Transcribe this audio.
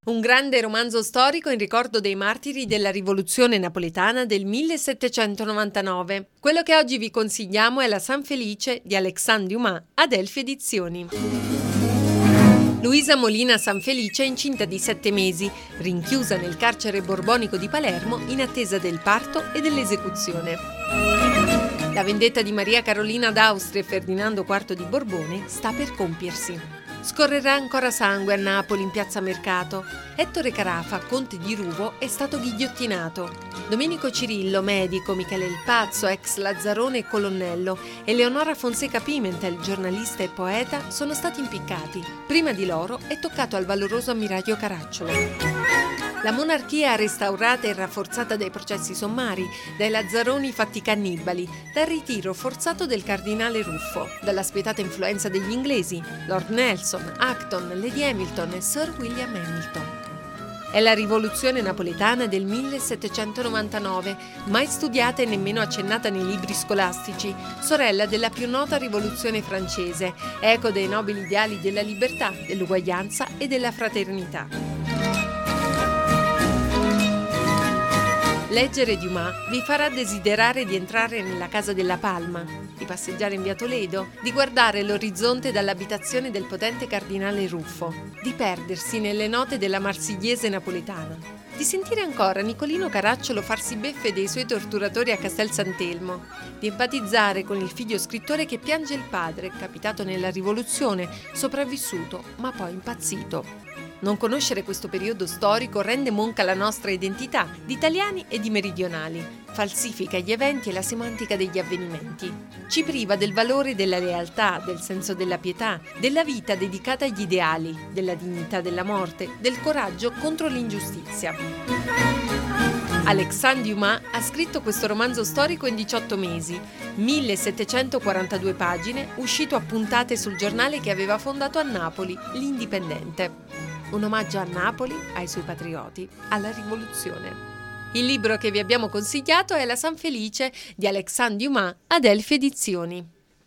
Un grande romanzo storico in ricordo dei martiri della rivoluzione napoletana del 1799. Quello che oggi vi consigliamo è La San Felice di Alexandre Dumas, Adelphi Edizioni. Luisa Molina Sanfelice è incinta di 7 mesi, rinchiusa nel carcere borbonico di Palermo in attesa del parto e dell'esecuzione. La vendetta di Maria Carolina d'Austria e Ferdinando IV di Borbone sta per compiersi. Scorrerà ancora sangue a Napoli in piazza Mercato. Ettore Carafa, conte di Ruvo, è stato ghigliottinato. Domenico Cirillo, medico, Michele il Pazzo, ex Lazzarone e colonnello, e Leonora Fonseca Pimentel, giornalista e poeta, sono stati impiccati. Prima di loro è toccato al valoroso ammiraglio Caracciolo. La monarchia restaurata e rafforzata dai processi sommari, dai Lazzaroni fatti cannibali, dal ritiro forzato del cardinale Ruffo, dalla spietata influenza degli inglesi, Lord Nelson, Acton, Lady Hamilton e Sir William Hamilton. È la rivoluzione napoletana del 1799, mai studiata e nemmeno accennata nei libri scolastici, sorella della più nota rivoluzione francese, eco dei nobili ideali della libertà, dell'uguaglianza e della fraternità. Leggere Dumas vi farà desiderare di entrare nella casa della Palma, di passeggiare in via Toledo, di guardare l'orizzonte dall'abitazione del potente cardinale Ruffo, di perdersi nelle note della Marsigliese napoletana, di sentire ancora Nicolino Caracciolo farsi beffe dei suoi torturatori a Castel Sant'Elmo, di empatizzare con il figlio scrittore che piange il padre, capitato nella rivoluzione, sopravvissuto ma poi impazzito. Non conoscere questo periodo storico rende monca la nostra identità di italiani e di meridionali, falsifica gli eventi e la semantica degli avvenimenti, ci priva del valore della lealtà, del senso della pietà, della vita dedicata agli ideali, della dignità della morte, del coraggio contro l'ingiustizia. Alexandre Dumas ha scritto questo romanzo storico in 18 mesi, 1742 pagine, uscito a puntate sul giornale che aveva fondato a Napoli, l'Indipendente. Un omaggio a Napoli, ai suoi patrioti, alla rivoluzione. Il libro che vi abbiamo consigliato è La San Felice di Alexandre Dumas, Adelphi Edizioni.